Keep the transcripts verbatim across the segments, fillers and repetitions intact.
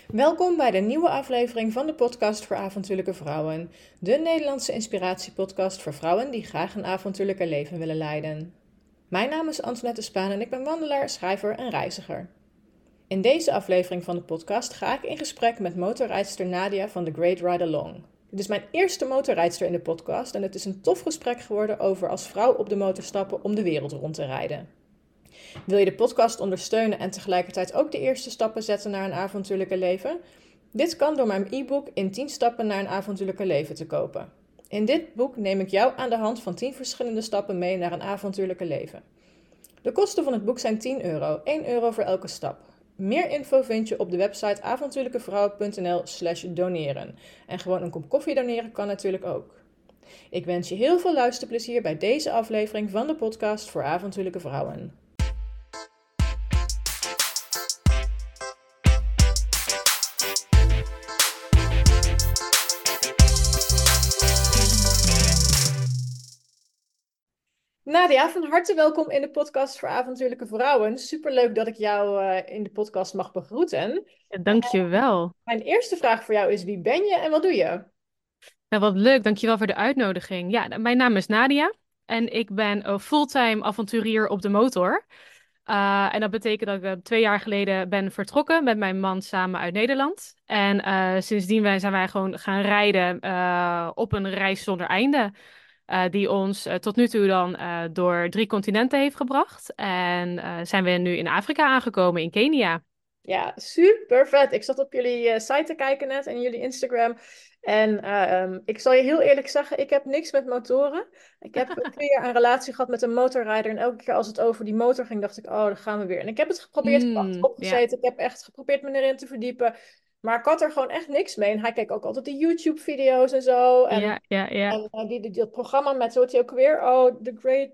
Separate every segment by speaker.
Speaker 1: Welkom bij de nieuwe aflevering van de podcast voor avontuurlijke vrouwen. De Nederlandse inspiratiepodcast voor vrouwen die graag een avontuurlijke leven willen leiden. Mijn naam is Antoinette Spaan en ik ben wandelaar, schrijver en reiziger. In deze aflevering van de podcast ga ik in gesprek met motorrijdster Nadia van The Great Ride Along. Dit is mijn eerste motorrijdster in de podcast en het is een tof gesprek geworden over als vrouw op de motor stappen om de wereld rond te rijden. Wil je de podcast ondersteunen en tegelijkertijd ook de eerste stappen zetten naar een avontuurlijke leven? Dit kan door mijn e-book in tien stappen naar een avontuurlijke leven te kopen. In dit boek neem ik jou aan de hand van tien verschillende stappen mee naar een avontuurlijke leven. De kosten van het boek zijn tien euro, één euro voor elke stap. Meer info vind je op de website avontuurlijkevrouw.nl slash doneren. En gewoon een kop koffie doneren kan natuurlijk ook. Ik wens je heel veel luisterplezier bij deze aflevering van de podcast voor avontuurlijke vrouwen. Nadia, van harte welkom in de podcast voor avontuurlijke vrouwen. Superleuk dat ik jou uh, in de podcast mag begroeten.
Speaker 2: Ja, dankjewel.
Speaker 1: Mijn eerste vraag voor jou is: wie ben je en wat doe je?
Speaker 2: Nou, wat leuk. Dankjewel voor de uitnodiging. Ja, mijn naam is Nadia en ik ben een fulltime avonturier op de motor. Uh, en dat betekent dat ik uh, twee jaar geleden ben vertrokken met mijn man samen uit Nederland. En uh, sindsdien wij, zijn wij gewoon gaan rijden uh, op een reis zonder einde. Uh, die ons uh, tot nu toe dan uh, door drie continenten heeft gebracht. En uh, zijn we nu in Afrika aangekomen, in Kenia.
Speaker 1: Ja, super vet. Ik zat op jullie uh, site te kijken net en jullie Instagram. En uh, um, ik zal je heel eerlijk zeggen, ik heb niks met motoren. Ik heb twee jaar een relatie gehad met een motorrijder. En elke keer als het over die motor ging, dacht ik, oh, daar gaan we weer. En ik heb het geprobeerd, ik heb
Speaker 2: Mm,
Speaker 1: achterop
Speaker 2: ja,
Speaker 1: gezeten. Ik heb echt geprobeerd me erin te verdiepen. Maar ik had er gewoon echt niks mee. En hij keek ook altijd de YouTube-video's en zo. En,
Speaker 2: ja, ja, ja.
Speaker 1: en uh, die, die, dat programma met, zo heet hij ook weer? Oh, The Great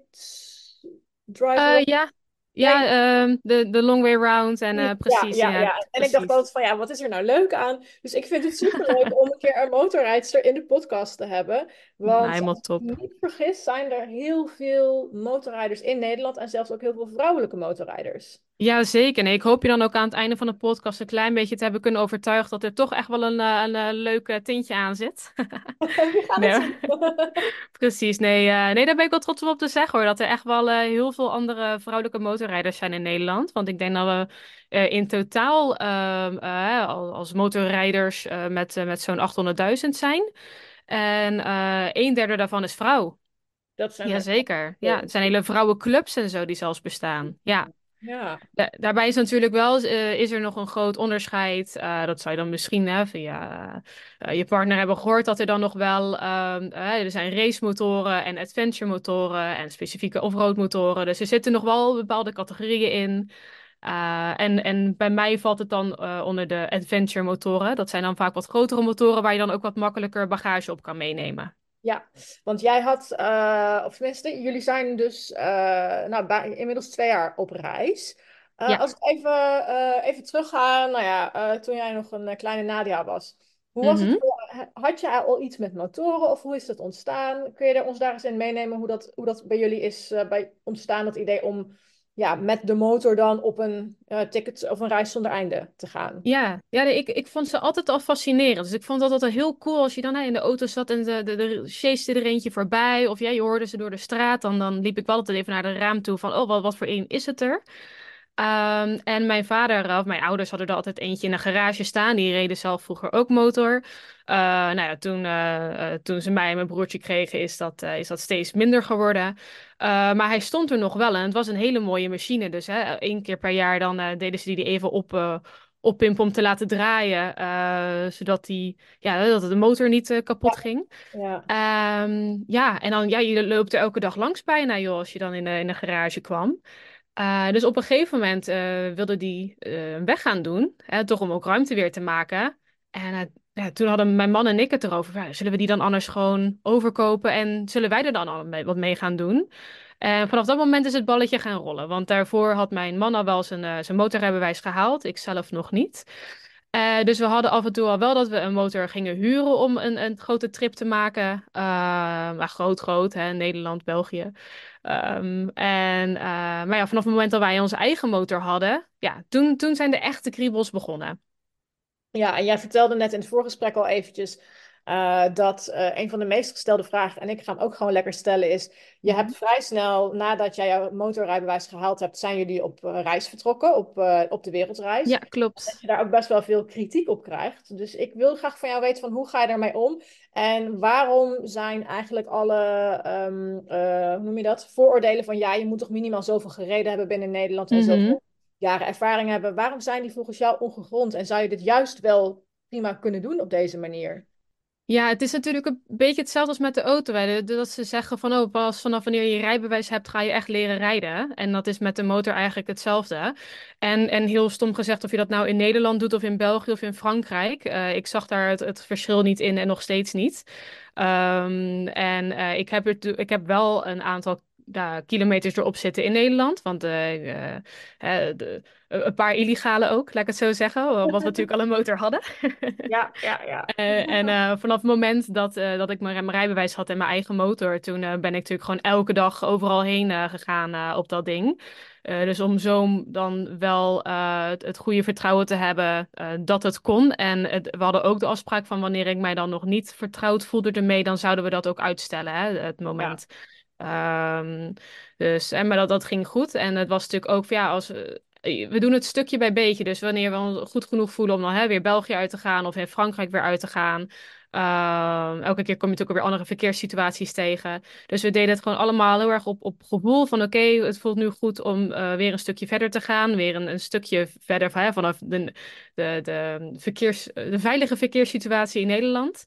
Speaker 2: Eh,
Speaker 1: Driver.
Speaker 2: ja,
Speaker 1: Ja,
Speaker 2: ja, ehm, de, de long way round en eh,
Speaker 1: ja,
Speaker 2: precies,
Speaker 1: ja,
Speaker 2: ja,
Speaker 1: ja. En ik dacht
Speaker 2: precies.
Speaker 1: altijd van, ja, wat is er nou leuk aan? Dus ik vind het superleuk om een keer een motorrijdster in de podcast te hebben.
Speaker 2: Nou,
Speaker 1: Want
Speaker 2: helemaal
Speaker 1: als ik me
Speaker 2: top.
Speaker 1: niet vergis, zijn er heel veel motorrijders in Nederland en zelfs ook heel veel vrouwelijke motorrijders.
Speaker 2: Ja, zeker. Nee, ik hoop je dan ook aan het einde van de podcast een klein beetje te hebben kunnen overtuigen dat er toch echt wel een, eh, een, eh, leuk eh, tintje aan zit.
Speaker 1: We gaan het
Speaker 2: Nee,
Speaker 1: zien.
Speaker 2: precies. Nee, eh, nee, daar ben ik wel trots op om te zeggen hoor. Dat er echt wel eh, heel veel andere vrouwelijke motorrijders zijn in Nederland. Want ik denk dat we eh, in totaal ehm, eh, al- als motorrijders eh, met, eh, met zo'n achthonderdduizend zijn. En eh een derde daarvan is vrouw.
Speaker 1: Dat zijn er echt
Speaker 2: Jazeker. Ja,
Speaker 1: veel.
Speaker 2: het zijn hele vrouwenclubs en zo die zelfs bestaan. Ja.
Speaker 1: Ja,
Speaker 2: Da- daarbij is natuurlijk wel, eh, is er nog een groot onderscheid. Eh, dat zou je dan misschien hè, via eh, je partner hebben gehoord, dat er dan nog wel, ehm, eh, er zijn racemotoren en adventure motoren en specifieke offroad motoren. Dus er zitten nog wel bepaalde categorieën in. Eh, en, en bij mij valt het dan eh, onder de adventure motoren. Dat zijn dan vaak wat grotere motoren waar je dan ook wat makkelijker bagage op kan meenemen.
Speaker 1: ja. Want jij had, uh, of tenminste, jullie zijn dus uh, nou, bij- inmiddels twee jaar op reis. Uh,
Speaker 2: Ja.
Speaker 1: als ik even, uh, even terugga, nou ja, uh, toen jij nog een uh, kleine Nadia was. Hoe was het
Speaker 2: Mhm.
Speaker 1: voor, had je al iets met motoren of hoe is dat ontstaan? Kun je er ons daar eens in meenemen hoe dat, hoe dat bij jullie is uh, bij ontstaan, dat idee om ja, met de motor dan op een uh, ticket of een reis zonder einde te gaan?
Speaker 2: Ja, ja nee, ik, ik vond ze altijd al fascinerend. Dus ik vond dat altijd heel cool als je dan hè, in de auto zat en de, de, de chase er eentje voorbij. Of ja, je hoorde ze door de straat. Dan, dan liep ik wel altijd even naar de raam toe van, oh, wat, wat voor een is het er? Ehm, en mijn vader, of mijn ouders hadden er altijd eentje in een garage staan. Die reden zelf vroeger ook motor. Eh, nou ja, toen, eh, eh, toen ze mij en mijn broertje kregen, is dat, eh, is dat steeds minder geworden. Eh, maar hij stond er nog wel en het was een hele mooie machine. Dus hè, één keer per jaar dan eh, deden ze die even op, eh, oppimpen om te laten draaien. eh, zodat, die, ja, dat de motor niet eh, kapot ging.
Speaker 1: Ja,
Speaker 2: Ehm, ja, en dan, ja, je loopt er elke dag langs bijna, joh, als je dan in de, in de garage kwam. Eh, dus op een gegeven moment eh, wilde die eh, een weg gaan doen, hè, toch om ook ruimte weer te maken. En eh, ja, toen hadden mijn man en ik het erover, van, ja, zullen we die dan anders gewoon overkopen en zullen wij er dan al mee, wat mee gaan doen? En vanaf dat moment is het balletje gaan rollen, want daarvoor had mijn man al wel zijn, eh, zijn motorrijbewijs gehaald, ik zelf nog niet. Eh, dus we hadden af en toe al wel dat we een motor gingen huren om een, een grote trip te maken. Uh, maar groot, groot, hè, Nederland, België. Ehm, en, eh, maar ja, vanaf het moment dat wij onze eigen motor hadden, ja, toen, toen zijn de echte kriebels begonnen.
Speaker 1: Ja, en jij vertelde net in het voorgesprek al eventjes eh, dat eh, een van de meest gestelde vragen, en ik ga hem ook gewoon lekker stellen, is: je
Speaker 2: Mhm.
Speaker 1: hebt vrij snel nadat jij jouw motorrijbewijs gehaald hebt, zijn jullie op eh, reis vertrokken, op, eh, op de wereldreis.
Speaker 2: Ja,
Speaker 1: En dat
Speaker 2: klopt.
Speaker 1: je daar ook best wel veel kritiek op krijgt. Dus ik wil graag van jou weten van hoe ga je daarmee om? En waarom zijn eigenlijk alle, ehm, eh, hoe noem je dat, vooroordelen van ja, je moet toch minimaal zoveel gereden hebben binnen Nederland en
Speaker 2: Mhm.
Speaker 1: zoveel jaren ervaring hebben. Waarom zijn die volgens jou ongegrond? En zou je dit juist wel prima kunnen doen op deze manier?
Speaker 2: Ja, het is natuurlijk een beetje hetzelfde als met de auto. Hè. De- Dat ze zeggen van, oh, pas vanaf wanneer je rijbewijs hebt, ga je echt leren rijden. En dat is met de motor eigenlijk hetzelfde. En, en heel stom gezegd, of je dat nou in Nederland doet, of in België, of in Frankrijk. eh, ik zag daar het, het verschil niet in en nog steeds niet. Ehm, en eh, ik heb, het, ik heb wel een aantal ja, kilometers erop zitten in Nederland. Want eh, eh, eh, de- een paar illegale ook, laat ik het zo zeggen. Wat we natuurlijk al een motor hadden.
Speaker 1: Ja, ja, ja.
Speaker 2: Eh, en eh, vanaf het moment dat, eh, dat ik mijn, mijn rijbewijs had en mijn eigen motor, toen eh, ben ik natuurlijk gewoon elke dag overal heen eh, gegaan eh, op dat ding. Eh, dus om zo dan wel eh, het, het goede vertrouwen te hebben eh, dat het kon. En het, we hadden ook de afspraak van wanneer ik mij dan nog niet vertrouwd voelde ermee, dan zouden we dat ook uitstellen, hè, het
Speaker 1: Ja,
Speaker 2: moment. Ehm, dus, en, maar dat, dat ging goed. En het was natuurlijk ook, van, ja, als, eh, we doen het stukje bij beetje. Dus wanneer we ons goed genoeg voelen om dan hè, weer België uit te gaan of in Frankrijk weer uit te gaan. Ehm, elke keer kom je natuurlijk ook weer andere verkeerssituaties tegen. Dus we deden het gewoon allemaal heel erg op, op gevoel van oké, het voelt nu goed om eh, weer een stukje verder te gaan. Weer een, een stukje verder van, hè, vanaf de, de, de, verkeers, de veilige verkeerssituatie in Nederland.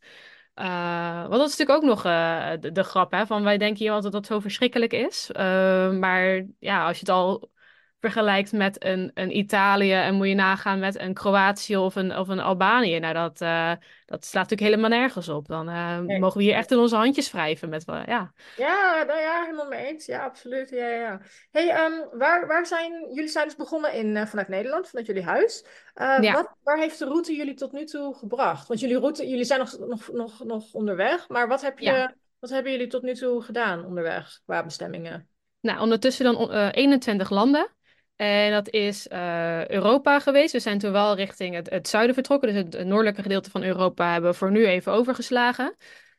Speaker 2: Uh, want dat is natuurlijk ook nog eh, de, de grap, hè? Van wij denken hier altijd dat het zo verschrikkelijk is. Uh, maar ja, als je het al vergelijkt met een, een Italië en moet je nagaan met een Kroatië of een, of een Albanië. Nou, dat, eh, dat slaat natuurlijk helemaal nergens op. Dan eh,
Speaker 1: nee.
Speaker 2: mogen we hier echt in onze handjes wrijven met, wel- ja.
Speaker 1: Ja, nou ja, helemaal mee eens. Ja, absoluut. Ja, ja, ja. Hey, ehm, waar, waar zijn jullie zijn dus begonnen in, eh, vanuit Nederland, vanuit jullie huis. Eh,
Speaker 2: Ja,
Speaker 1: wat, waar heeft de route jullie tot nu toe gebracht? Want jullie route, jullie zijn nog, nog, nog, nog onderweg, maar wat heb
Speaker 2: ja.
Speaker 1: je, wat hebben jullie tot nu toe gedaan onderweg qua bestemmingen?
Speaker 2: Nou, ondertussen dan eh, eenentwintig landen. En dat is eh, Europa geweest. We zijn toen wel richting het, het zuiden vertrokken. Dus het, het noordelijke gedeelte van Europa hebben we voor nu even overgeslagen.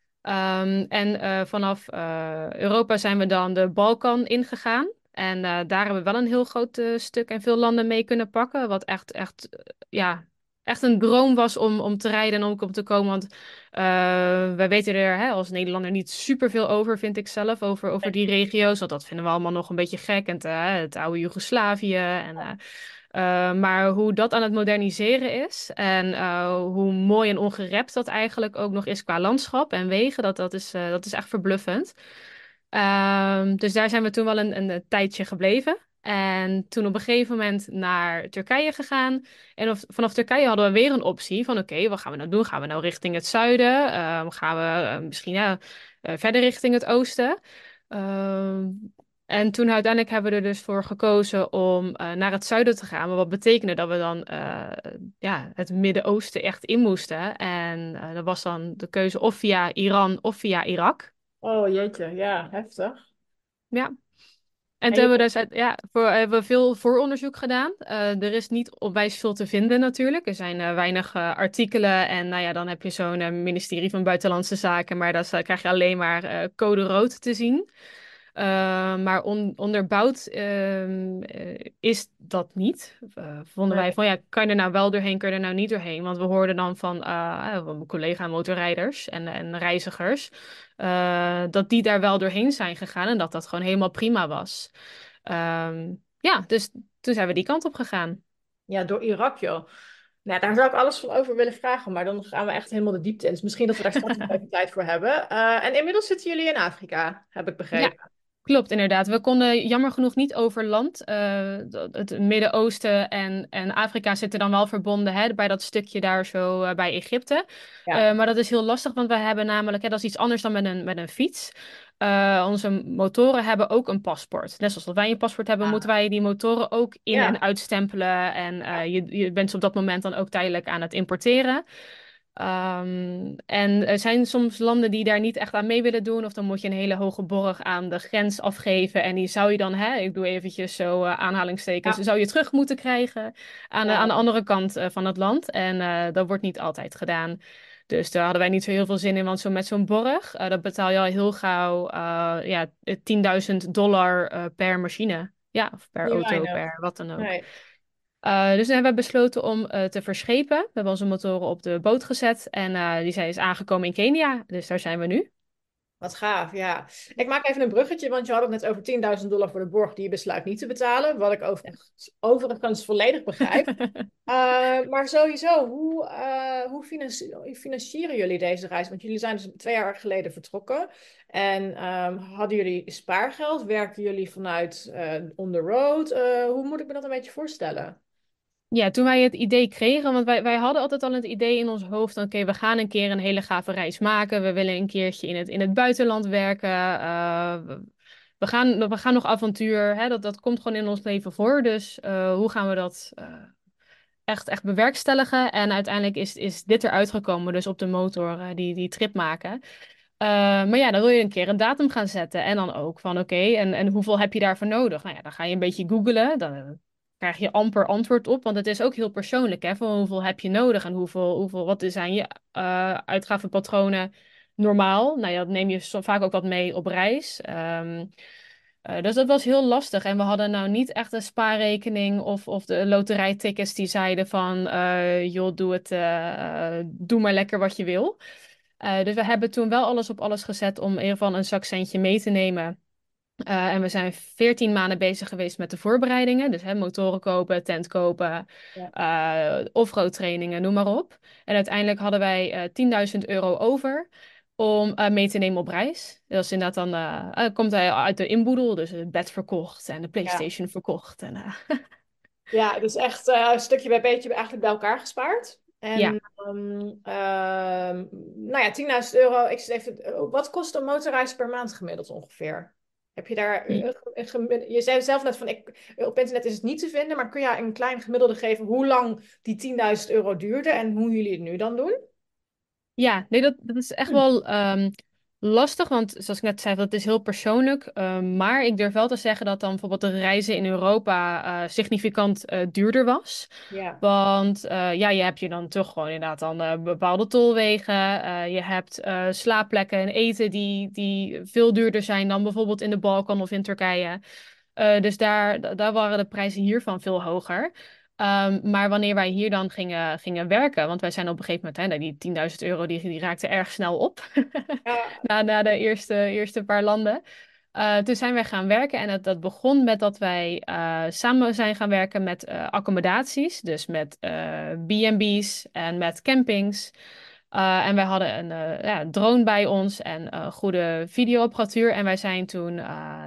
Speaker 2: Ehm, en eh, vanaf eh, Europa zijn we dan de Balkan ingegaan. En eh, daar hebben we wel een heel groot eh, stuk en veel landen mee kunnen pakken. Wat echt, echt, eh, ja, echt een droom was om, om te rijden en om op te komen. Want uh, wij weten er hè, als Nederlander niet superveel over, vind ik zelf, over, over die regio's. Want dat vinden we allemaal nog een beetje gek. En eh, het oude Joegoslavië. En, eh, uh, maar hoe dat aan het moderniseren is en uh, hoe mooi en ongerept dat eigenlijk ook nog is qua landschap en wegen, dat, dat, is, uh, dat is echt verbluffend. Um, dus daar zijn we toen wel een, een, tijdje gebleven. En toen op een gegeven moment naar Turkije gegaan. En of, vanaf Turkije hadden we weer een optie van oké, okay, wat gaan we nou doen? Gaan we nou richting het zuiden? Uh, gaan we uh, misschien ja, uh, verder richting het oosten? Uh, en toen uiteindelijk hebben we er dus voor gekozen om uh, naar het zuiden te gaan. Maar wat betekende dat we dan uh, ja, het Midden-Oosten echt in moesten. En uh, dat was dan de keuze of via Iran of via Irak.
Speaker 1: Oh jeetje, ja, heftig.
Speaker 2: Ja. En
Speaker 1: En
Speaker 2: toen hebben we
Speaker 1: je,
Speaker 2: dus uit- ja, voor, hebben we veel vooronderzoek gedaan. Uh, er is niet onwijs veel te vinden natuurlijk. Er zijn uh, weinig uh, artikelen. En nou ja, dan heb je zo'n uh, ministerie van Buitenlandse Zaken. Maar dan krijg je alleen maar uh, code rood te zien. Uh, maar on, onderbouwd uh, is dat niet. Uh, vonden wij
Speaker 1: nee.
Speaker 2: van ja, kan je er nou wel doorheen, kan je er nou niet doorheen? Want we hoorden dan van uh, mijn collega motorrijders en, en reizigers uh, dat die daar wel doorheen zijn gegaan en dat dat gewoon helemaal prima was. Um, ja, dus toen zijn we die kant op gegaan.
Speaker 1: Ja, door Irak, joh. Nou, daar zou ik alles van over willen vragen, maar dan gaan we echt helemaal de diepte in. Dus misschien dat we daar straks nog even tijd voor hebben. Eh, en inmiddels zitten jullie in Afrika, heb ik
Speaker 2: Ja,
Speaker 1: begrepen.
Speaker 2: klopt, inderdaad. We konden jammer genoeg niet over land. Eh, dat- het Midden-Oosten en, en Afrika zitten dan wel verbonden hè, bij dat stukje daar zo eh, bij Egypte.
Speaker 1: Ja.
Speaker 2: Eh, maar dat is heel lastig, want we hebben namelijk, hè, dat is iets anders dan met een, met een fiets. Eh, onze motoren hebben ook een paspoort. Net zoals dat wij een paspoort hebben, moeten
Speaker 1: Ah,
Speaker 2: wij die motoren ook in- en
Speaker 1: ja.
Speaker 2: uitstempelen. En eh,
Speaker 1: Ja.
Speaker 2: je, je bent ze op dat moment dan ook tijdelijk aan het importeren. Ehm, en er zijn soms landen die daar niet echt aan mee willen doen. Of dan moet je een hele hoge borg aan de grens afgeven. En die zou je dan, hè, ik doe eventjes zo eh, aanhalingstekens,
Speaker 1: Ja,
Speaker 2: zou je terug moeten krijgen aan de, aan de
Speaker 1: ja.
Speaker 2: andere kant eh, van het land. En eh, dat wordt niet altijd gedaan. Dus daar hadden wij niet zo heel veel zin in. Want zo met zo'n borg, eh, dat betaal je al heel gauw eh, ja, tienduizend dollar eh, per machine. Ja, of per
Speaker 1: Niet
Speaker 2: auto,
Speaker 1: weinig.
Speaker 2: per wat dan ook.
Speaker 1: Nee.
Speaker 2: Uh, dus toen hebben we besloten om uh, te verschepen. We hebben onze motoren op de boot gezet en uh, die zijn is aangekomen in Kenia. Dus daar zijn we nu.
Speaker 1: Wat gaaf, ja. Ik maak even een bruggetje, want je had het net over tienduizend dollar voor de borg die je besluit niet te betalen. Wat ik overigens, overigens volledig begrijp. Uh, maar sowieso, hoe, uh, hoe financi- financieren jullie deze reis? Want jullie zijn dus twee jaar geleden vertrokken. En um, hadden jullie spaargeld? Werkten jullie vanuit uh, on the road? Uh, hoe moet ik me dat een beetje voorstellen?
Speaker 2: Ja, toen wij het idee kregen, want wij, wij hadden altijd al het idee in ons hoofd, van, oké, we gaan een keer een hele gave reis maken. We willen een keertje in het, in het buitenland werken. Uh, we, we gaan, we gaan nog avontuur. Hè? Dat, dat komt gewoon in ons leven voor. Dus uh, hoe gaan we dat uh, echt, echt bewerkstelligen? En uiteindelijk is, is dit eruit gekomen, dus op de motor uh, die, die trip maken. Uh, maar ja, dan wil je een keer een datum gaan zetten. En dan ook van oké, en, en hoeveel heb je daarvoor nodig? Nou ja, dan ga je een beetje googlen. Dan krijg je amper antwoord op. Want het is ook heel persoonlijk, hè? Van hoeveel heb je nodig en hoeveel, hoeveel, wat zijn je uh, uitgavenpatronen normaal? Nou ja, dat neem je zo, vaak ook wat mee op reis. Um, uh, dus dat was heel lastig. En we hadden nou niet echt een spaarrekening of, of de loterijtickets die zeiden van uh, joh, doe het, uh, doe maar lekker wat je wil. Uh, dus we hebben toen wel alles op alles gezet om in ieder geval een zakcentje mee te nemen. Uh, en we zijn veertien maanden bezig geweest met de voorbereidingen. Dus hè, motoren kopen, tent kopen,
Speaker 1: Ja.
Speaker 2: uh, off-road trainingen, noem maar op. En uiteindelijk hadden wij uh, tienduizend euro over om uh, mee te nemen op reis. Dat is inderdaad dan, uh, uh, komt hij uit de inboedel. Dus het bed verkocht en de
Speaker 1: Ja.
Speaker 2: PlayStation verkocht. En, uh,
Speaker 1: Ja, dus echt uh, een stukje bij beetje eigenlijk bij elkaar gespaard.
Speaker 2: ja.
Speaker 1: En um, ehm, nou ja, tienduizend euro. Ik zit even, wat kost een motorreis per maand gemiddeld ongeveer? Heb je daar een, een gemiddelde- je zei zelf net van ik, op internet is het niet te vinden, maar kun je een klein gemiddelde geven hoe lang die tienduizend euro duurde en hoe jullie het nu dan doen?
Speaker 2: Ja, nee, dat, dat is echt
Speaker 1: Hm.
Speaker 2: wel ehm, lastig, want zoals ik net zei, dat is heel persoonlijk. Ehm, maar ik durf wel te zeggen dat dan bijvoorbeeld de reizen in Europa eh, significant eh, duurder was.
Speaker 1: Ja,
Speaker 2: Want eh, ja, je hebt je dan toch gewoon inderdaad dan eh, bepaalde tolwegen. Eh, je hebt eh, slaapplekken en eten die, die veel duurder zijn dan bijvoorbeeld in de Balkan of in Turkije. Eh, dus daar, daar waren de prijzen hiervan veel hoger. Um, maar wanneer wij hier dan gingen, gingen werken, want wij zijn op een gegeven moment, hè, nou, die tienduizend euro die, die raakte erg snel op
Speaker 1: ja,
Speaker 2: na, na de eerste, eerste paar landen. Uh, toen zijn wij gaan werken en het, dat begon met dat wij uh, samen zijn gaan werken met uh, accommodaties, dus met uh, B en B's en met campings. Uh, en wij hadden een uh, ja, drone bij ons en uh, goede videoapparatuur. En wij zijn toen uh,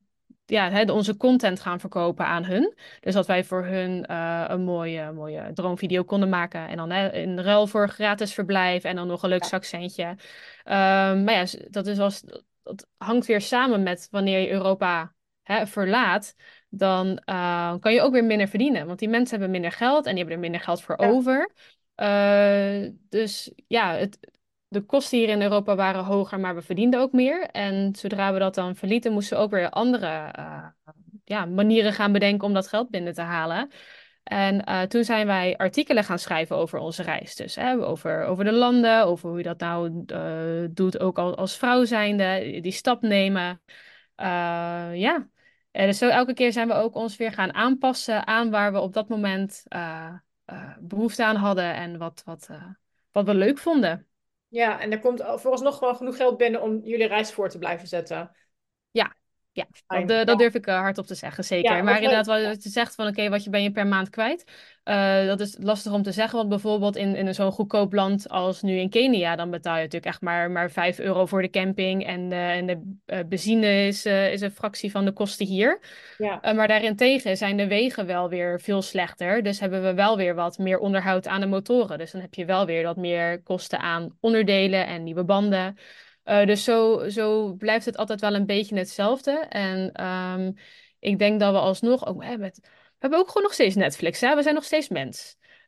Speaker 2: ja, hè, onze content gaan verkopen aan hun. Dus dat wij voor hun uh, een mooie, mooie droomvideo konden maken. En dan hè, in ruil voor gratis verblijf en dan nog een leuk
Speaker 1: ja,
Speaker 2: zakcentje. Um, maar ja, dat, is als, dat hangt weer samen met wanneer je Europa hè, verlaat. Dan uh, kan je ook weer minder verdienen. Want die mensen hebben minder geld en die hebben er minder geld voor
Speaker 1: ja.
Speaker 2: over. Uh, dus ja, het, de kosten hier in Europa waren hoger, maar we verdienden ook meer. En zodra we dat dan verlieten, moesten we ook weer andere uh, ja, manieren gaan bedenken om dat geld binnen te halen. En uh, toen zijn wij artikelen gaan schrijven over onze reis. Dus hè, over, over de landen, over hoe je dat nou uh, doet, ook al, als vrouw zijnde, die stap nemen. Uh, ja, en dus zo elke keer zijn we ook ons weer gaan aanpassen aan waar we op dat moment uh, uh, behoefte aan hadden en wat, wat, uh, wat we leuk vonden.
Speaker 1: Ja, en er komt vooralsnog gewoon genoeg geld binnen om jullie reis voor te blijven zetten.
Speaker 2: Ja, ja. Dat,
Speaker 1: Fijn.
Speaker 2: eh, dat
Speaker 1: Ja,
Speaker 2: durf ik uh, hardop te zeggen, zeker.
Speaker 1: ja,
Speaker 2: Maar
Speaker 1: wat leuk.
Speaker 2: inderdaad, wat wat je zegt van oké, wat je ben je per maand kwijt. Uh, dat is lastig om te zeggen, want bijvoorbeeld in, in zo'n goedkoop land als nu in Kenia, dan betaal je natuurlijk echt maar, maar vijf euro voor de camping en, uh, en de uh, benzine is, uh, is een fractie van de kosten hier.
Speaker 1: Ja.
Speaker 2: Uh, maar daarentegen zijn de wegen wel weer veel slechter. Dus hebben we wel weer wat meer onderhoud aan de motoren. Dus dan heb je wel weer wat meer kosten aan onderdelen en nieuwe banden. Uh, dus zo, zo blijft het altijd wel een beetje hetzelfde. En ehm, ik denk dat we alsnog ook hè, met, we hebben ook gewoon nog steeds Netflix. Hè? We zijn nog steeds mens.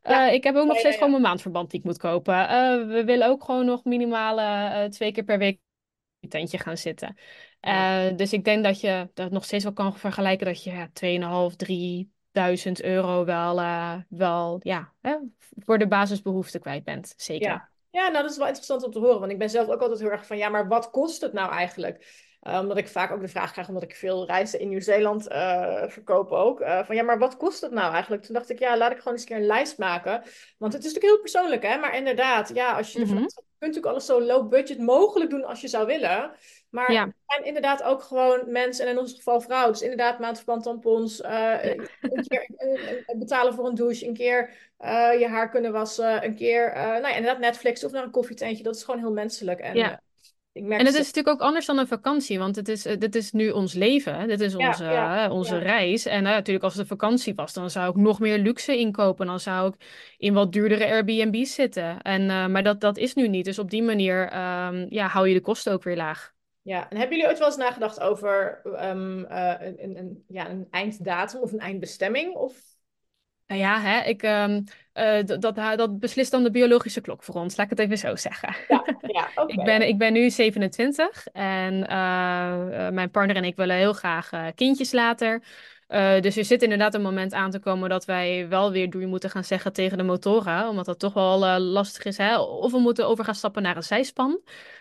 Speaker 1: Ja,
Speaker 2: Uh, ik heb ook nog
Speaker 1: ja, ja,
Speaker 2: steeds gewoon
Speaker 1: ja.
Speaker 2: mijn maandverband die ik moet kopen. Uh, we willen ook gewoon nog minimale uh, twee keer per week in het tentje gaan zitten.
Speaker 1: Ja.
Speaker 2: Uh, dus ik denk dat je dat nog steeds wel kan vergelijken dat je ja, tweeënhalf, drieduizend euro wel, uh, wel ja, hè, voor de basisbehoeften kwijt bent. Zeker.
Speaker 1: Ja. Ja, nou dat is wel interessant om te horen. Want ik ben zelf ook altijd heel erg van, ja, maar wat kost het nou eigenlijk? Uh, omdat ik vaak ook de vraag krijg, omdat ik veel reizen in Nieuw-Zeeland uh, verkoop ook. Uh, van ja, maar wat kost het nou eigenlijk? Toen dacht ik, ja, laat ik gewoon eens een keer een lijst maken. Want het is natuurlijk heel persoonlijk, hè. Maar inderdaad, ja, als je ervan
Speaker 2: Mhm.
Speaker 1: uitgaat, je kunt natuurlijk alles zo low budget mogelijk doen als je zou willen. Maar er
Speaker 2: Ja.
Speaker 1: zijn inderdaad ook gewoon mensen, en in ons geval vrouwen. Dus inderdaad maandverband, tampons, uh,
Speaker 2: Ja.
Speaker 1: een keer een, een, betalen voor een douche, een keer uh, je haar kunnen wassen, een keer, uh, nou ja, inderdaad Netflix of naar een koffietentje. Dat is gewoon heel menselijk. En uh,
Speaker 2: Ja.
Speaker 1: ik
Speaker 2: En
Speaker 1: merk
Speaker 2: het is
Speaker 1: zelf,
Speaker 2: natuurlijk ook anders dan een vakantie, want het is, eh, dit is nu ons leven. Hè. Dit is
Speaker 1: ja,
Speaker 2: onze,
Speaker 1: ja,
Speaker 2: eh, onze
Speaker 1: ja.
Speaker 2: reis. En eh, natuurlijk als het een vakantie was, dan zou ik nog meer luxe inkopen. Dan zou ik in wat duurdere Airbnb's zitten. En, eh, maar dat, dat is nu niet. Dus op die manier ehm, ja, hou je de kosten ook weer laag.
Speaker 1: Ja, en hebben jullie ooit wel eens nagedacht over um, uh, een, een, een, ja, een einddatum of een eindbestemming? Of...
Speaker 2: Nou ja, hè, ik, ehm, eh, d- dat, dat beslist dan de biologische klok voor ons. Laat ik het even zo zeggen.
Speaker 1: Ja, ja, oké.
Speaker 2: Ik ben,
Speaker 1: Okay.
Speaker 2: ik ben nu zevenentwintig en eh, eh, mijn partner en ik willen heel graag eh, kindjes later. Eh, dus er zit inderdaad een moment aan te komen dat wij wel weer doei moeten gaan zeggen tegen de motoren. Omdat dat toch wel eh, lastig is. Hè? Of we moeten over gaan stappen naar een zijspan.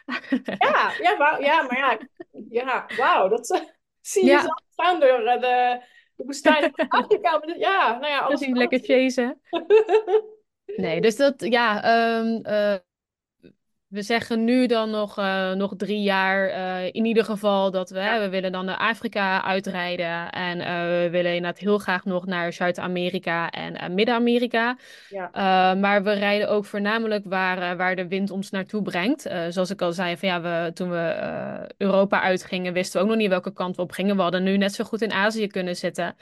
Speaker 1: Ja, ja, wauw, ja, maar ja, ja, wauw, dat uh, zie je
Speaker 2: Ja,
Speaker 1: zelf gaan door uh, de, de woestijnen van Afrika. Maar dit- ja, nou ja, alles,
Speaker 2: precies, lekker
Speaker 1: alles.
Speaker 2: chasen. Nee, dus dat, ja, ehm, eh, we zeggen nu dan nog, eh, nog drie jaar uh, in ieder geval dat we, hè,
Speaker 1: Ja,
Speaker 2: we willen dan naar Afrika uitrijden. En uh, we willen inderdaad heel graag nog naar Zuid-Amerika en uh, Midden-Amerika.
Speaker 1: ja,
Speaker 2: Uh, maar we rijden ook voornamelijk waar, uh, waar de wind ons naartoe brengt. Uh, zoals ik al zei, van, ja, we, toen we uh, Europa uitgingen, wisten we ook nog niet welke kant we op gingen. We hadden nu net zo goed in Azië kunnen zitten.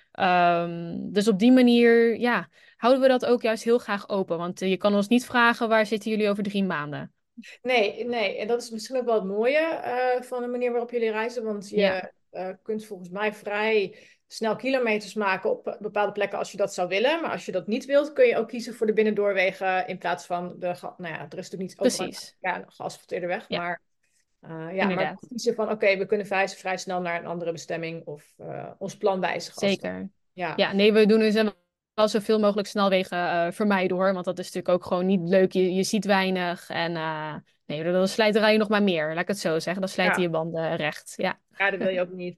Speaker 2: Um, dus op die manier, ja, houden we dat ook juist heel graag open. Want uh, je kan ons niet vragen, waar zitten jullie over drie maanden?
Speaker 1: nee, nee. En dat is misschien ook wel het mooie uh, van de manier waarop jullie reizen. Want
Speaker 2: Ja,
Speaker 1: je uh, kunt volgens mij vrij snel kilometers maken op bepaalde plekken als je dat zou willen. Maar als je dat niet wilt, kun je ook kiezen voor de binnendoorwegen in plaats van de... Nou ja, er is natuurlijk niet overal
Speaker 2: precies.
Speaker 1: ja, een geasfalteerde weg,
Speaker 2: Ja,
Speaker 1: maar... Uh, ja, maar
Speaker 2: inderdaad.
Speaker 1: kiezen van oké, okay, we kunnen vrij, vrij snel naar een andere bestemming of uh, ons plan wijzigen. Als,
Speaker 2: Zeker.
Speaker 1: ja,
Speaker 2: Ja, nee, we doen dus wel zoveel mogelijk snelwegen uh, vermijden hoor. Want dat is natuurlijk ook gewoon niet leuk. Je, je ziet weinig. En uh, nee, dan slijt de rij je nog maar meer. Laat ik het zo zeggen. Dan slijten
Speaker 1: ja,
Speaker 2: je banden recht. Ja.
Speaker 1: ja, dat wil je ook niet.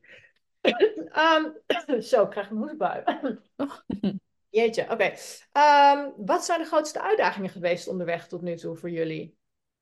Speaker 1: um, zo, ik krijg een hoestbui. Jeetje, oké. Okay. Um, wat zijn de grootste uitdagingen geweest onderweg tot nu toe voor jullie?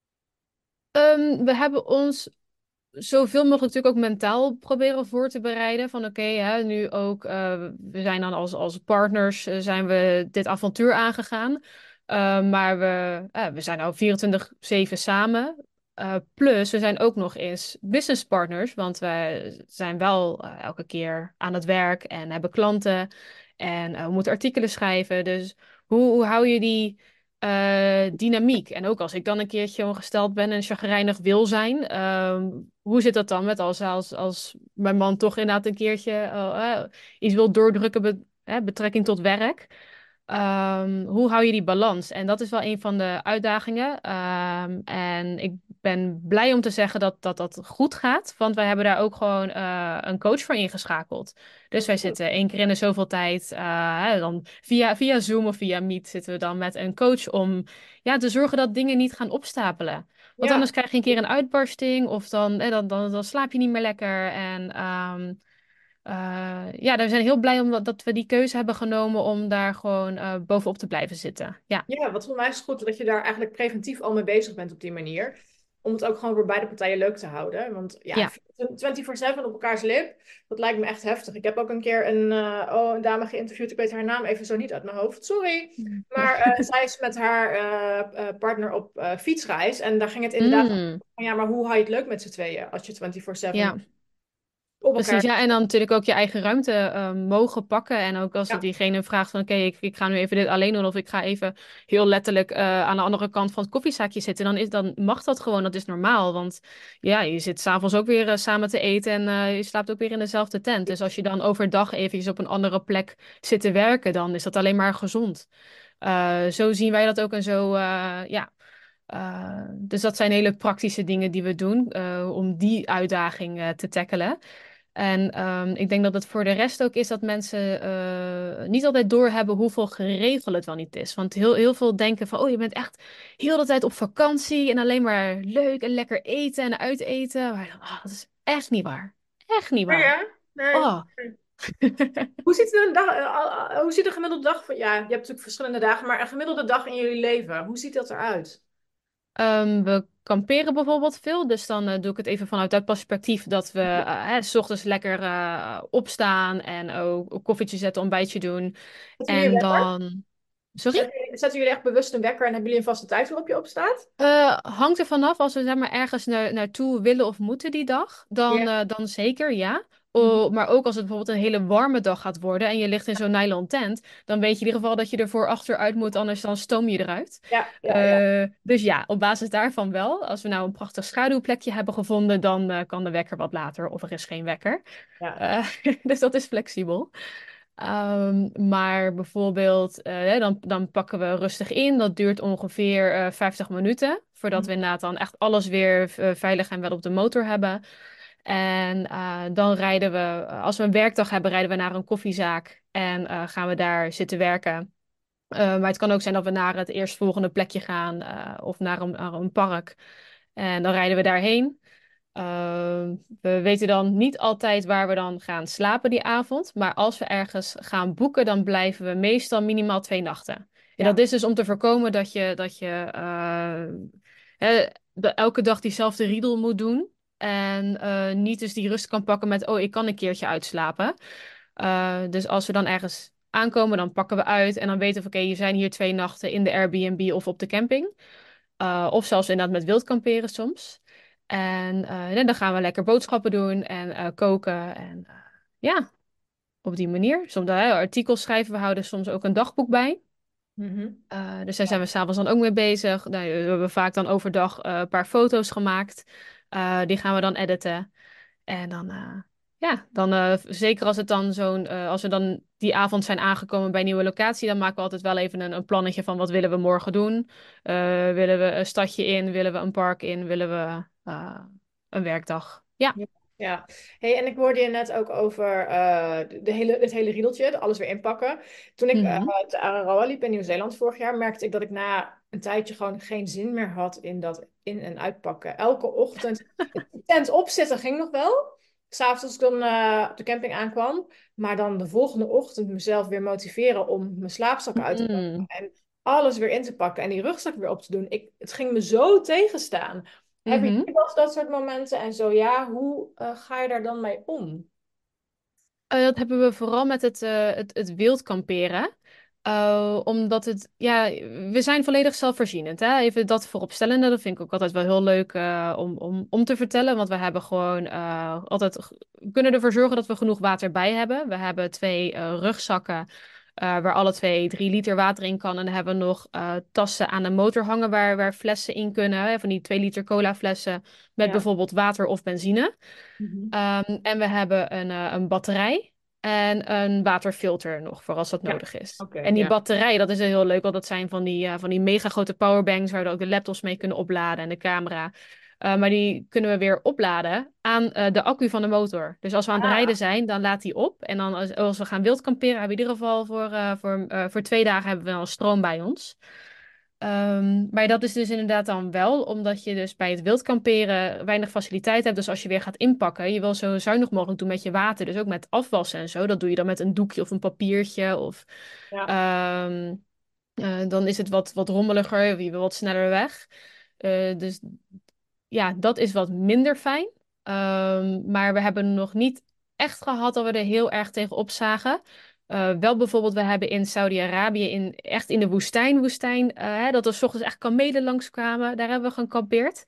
Speaker 2: Um, we hebben ons zoveel mogelijk natuurlijk ook mentaal proberen voor te bereiden. Van oké, okay, nu ook, uh, we zijn dan als, als partners, uh, zijn we dit avontuur aangegaan. Uh, maar we, uh, we zijn al vierentwintig zeven samen. Uh, plus, we zijn ook nog eens businesspartners, want wij zijn wel uh, elke keer aan het werk en hebben klanten. En uh, we moeten artikelen schrijven. Dus hoe, hoe hou je die uh, dynamiek? En ook als ik dan een keertje ongesteld ben en chagrijnig wil zijn, um, hoe zit dat dan met als, als, als mijn man toch inderdaad een keertje uh, uh, iets wil doordrukken be, uh, betrekking tot werk? Um, hoe hou je die balans? En dat is wel een van de uitdagingen. Um, en ik ben blij om te zeggen dat, dat dat goed gaat, want wij hebben daar ook gewoon uh, een coach voor ingeschakeld. Dus
Speaker 1: Wat
Speaker 2: wij
Speaker 1: goed.
Speaker 2: zitten één keer in de zoveel tijd, uh, hè, dan via, via Zoom of via Meet zitten we dan met een coach om ja, te zorgen dat dingen niet gaan opstapelen. Want
Speaker 1: Ja,
Speaker 2: anders krijg je een keer een uitbarsting of dan, hè, dan, dan, dan slaap je niet meer lekker. En um, uh, ja, we zijn heel blij om dat, dat we die keuze hebben genomen om daar gewoon uh, bovenop te blijven zitten. Ja,
Speaker 1: ja, wat voor mij is goed dat je daar eigenlijk preventief al mee bezig bent op die manier. Om het ook gewoon voor beide partijen leuk te houden. Want ja,
Speaker 2: ja.
Speaker 1: vierentwintig zeven op elkaars lip, dat lijkt me echt heftig. Ik heb ook een keer een, uh, oh, een dame geïnterviewd. Ik weet haar naam even zo niet uit mijn hoofd. Sorry. Maar uh, zij is met haar uh, uh, partner op uh, fietsreis. En daar ging het inderdaad
Speaker 2: Mm,
Speaker 1: van, ja, maar hoe hou je het leuk met z'n tweeën als je vierentwintig zeven
Speaker 2: ja.
Speaker 1: op
Speaker 2: Precies,
Speaker 1: elkaar...
Speaker 2: ja. En dan natuurlijk ook je eigen ruimte uh, mogen pakken. En ook als het
Speaker 1: Ja,
Speaker 2: diegene vraagt van... oké, ik, ik ga nu even dit alleen doen... of ik ga even heel letterlijk uh, aan de andere kant van het koffiezaakje zitten... dan, is, dan mag dat gewoon, dat is normaal. Want ja, je zit s'avonds ook weer uh, samen te eten... en uh, je slaapt ook weer in dezelfde tent. Dus als je dan overdag eventjes op een andere plek zit te werken... dan is dat alleen maar gezond. Eh, zo zien wij dat ook en zo, eh, ja. Eh, dus dat zijn hele praktische dingen die we doen eh, om die uitdaging eh, te tackelen. En ehm, ik denk dat het voor de rest ook is dat mensen eh, niet altijd doorhebben hoeveel geregeld het wel niet is. Want heel, heel veel denken van, oh, je bent echt heel de tijd op vakantie en alleen maar leuk en lekker eten en uiteten. Maar dan, oh, dat is echt niet waar. Echt niet
Speaker 1: Nee,
Speaker 2: waar.
Speaker 1: hè? Nee.
Speaker 2: Oh.
Speaker 1: Hoe ziet een dag, eh, al- al- hoe ziet een gemiddelde dag van, ja, je hebt natuurlijk verschillende dagen, maar een gemiddelde dag in jullie leven, hoe ziet dat eruit?
Speaker 2: Ehm, we kamperen bijvoorbeeld veel, dus dan eh, doe ik het even vanuit dat perspectief dat we eh, hè, 's ochtends lekker eh, opstaan en ook een koffietje zetten, ontbijtje doen.
Speaker 1: Zetten jullie
Speaker 2: En
Speaker 1: een wekker?
Speaker 2: dan... Sorry?
Speaker 1: Zetten, zetten jullie echt bewust een wekker en hebben jullie een vaste tijd waarop je opstaat?
Speaker 2: Eh, hangt er vanaf als we zeg maar, ergens na naartoe willen of moeten die dag, dan,
Speaker 1: Ja.
Speaker 2: eh, dan zeker ja.
Speaker 1: Mhm.
Speaker 2: Oh, maar ook als het bijvoorbeeld een hele warme dag gaat worden en je ligt in zo'n nylon tent, dan weet je in ieder geval dat je er voor achteruit moet, anders dan stoom je eruit.
Speaker 1: Ja, ja, ja.
Speaker 2: Eh, dus ja, op basis daarvan wel. Als we nou een prachtig schaduwplekje hebben gevonden, dan eh, kan de wekker wat later of er is geen wekker.
Speaker 1: Ja.
Speaker 2: Eh, dus dat is flexibel. Ehm, maar bijvoorbeeld, eh, hè, dan, dan pakken we rustig in. Dat duurt ongeveer eh vijftig minuten. Voordat
Speaker 1: Mhm.
Speaker 2: we inderdaad dan echt alles weer eh, veilig en wel op de motor hebben. En eh, dan rijden we, eh, als we een werkdag hebben, rijden we naar een koffiezaak. En eh, gaan we daar zitten werken. Eh, maar het kan ook zijn dat we naar het eerstvolgende plekje gaan. eh, of naar een, naar een park. En dan rijden we daarheen. Ehm, we weten dan niet altijd waar we dan gaan slapen die avond. Maar als we ergens gaan boeken, dan blijven we meestal minimaal twee nachten. En dat
Speaker 1: Ja.
Speaker 2: is dus om te voorkomen dat je, dat je eh, hè, de- elke dag diezelfde riedel moet doen. En eh, niet dus die rust kan pakken met, oh, ik kan een keertje uitslapen. Eh, dus als we dan ergens aankomen, dan pakken we uit. En dan weten we, oké, je zijn hier twee nachten in de Airbnb of op de camping. Eh, of zelfs inderdaad met wild kamperen soms. En eh, ja, dan gaan we lekker boodschappen doen en eh, koken. En eh, ja, op die manier. Soms uh, artikels schrijven. We houden soms ook een dagboek bij.
Speaker 1: Mhm.
Speaker 2: Eh, dus daar zijn we s'avonds dan ook mee bezig. Nou, we hebben vaak dan overdag eh, een paar foto's gemaakt. Eh, die gaan we dan editen. En dan, eh, ja, dan uh, zeker als het dan zo'n, uh, als we dan die avond zijn aangekomen bij een nieuwe locatie, dan maken we altijd wel even een, een plannetje van wat willen we morgen doen. Uh, willen we een stadje in, willen we een park in, willen we uh, een werkdag. Ja.
Speaker 1: Ja. Ja. Hey, en ik hoorde je net ook over eh, de de hele, het hele riedeltje, de alles weer inpakken. Toen ik uh,
Speaker 2: Mhm.
Speaker 1: te Araroa liep in Nieuw-Zeeland vorig jaar, merkte ik dat ik na een tijdje gewoon geen zin meer had in dat in- en uitpakken. Elke ochtend, de tent opzetten ging nog wel. S'avonds als ik dan eh, op de camping aankwam. Maar dan de volgende ochtend mezelf weer motiveren om mijn slaapzak uit te pakken.
Speaker 2: Mm.
Speaker 1: En alles weer in te pakken en die rugzak weer op te doen. Ik, het ging me zo tegenstaan. Heb je
Speaker 2: Mhm.
Speaker 1: wel eens dat soort momenten? En zo ja, hoe eh, ga je daar dan mee om?
Speaker 2: Eh, dat hebben we vooral met het, eh, het, het wild kamperen. Eh, omdat het, ja, we zijn volledig zelfvoorzienend. Hè? Even dat vooropstellende, dat vind ik ook altijd wel heel leuk eh, om, om, om te vertellen. Want we hebben gewoon eh, altijd, we kunnen ervoor zorgen dat we genoeg water bij hebben. We hebben twee eh, rugzakken eh, waar alle twee drie liter water in kan. En dan hebben we nog eh, tassen aan de motor hangen waar, waar flessen in kunnen. Hè? Van die twee liter cola flessen met
Speaker 1: Ja.
Speaker 2: bijvoorbeeld water of benzine.
Speaker 1: Mhm.
Speaker 2: Ehm, en we hebben een, eh, een batterij en een waterfilter nog voor als dat
Speaker 1: Ja,
Speaker 2: nodig is.
Speaker 1: oké,
Speaker 2: En die
Speaker 1: ja.
Speaker 2: batterij, dat is heel leuk, want dat zijn van die, eh, van die mega grote powerbanks waar we ook de laptops mee kunnen opladen en de camera. Eh, maar die kunnen we weer opladen aan eh, de accu van de motor. Dus als we aan het rijden
Speaker 1: Ah,
Speaker 2: zijn, dan laat die op. En dan als, als we gaan wild kamperen, hebben we in ieder geval voor, eh, voor, eh, voor twee dagen hebben we wel stroom bij ons. Ehm, maar dat is dus inderdaad dan wel, omdat je dus bij het wildkamperen weinig faciliteit hebt. Dus als je weer gaat inpakken, je wil zo zuinig mogelijk doen met je water. Dus ook met afwassen en zo. Dat doe je dan met een doekje of een papiertje. Of
Speaker 1: ja.
Speaker 2: ehm, eh, dan is het wat, wat rommeliger, of je wil wat sneller weg. Eh, dus ja, dat is wat minder fijn. Ehm, maar we hebben nog niet echt gehad dat we er heel erg tegen opzagen. Eh, wel bijvoorbeeld, we hebben in Saudi-Arabië, in, echt in de woestijn, woestijn, eh, hè, dat er 's ochtends echt kamelen langskwamen. Daar hebben we gekampeerd.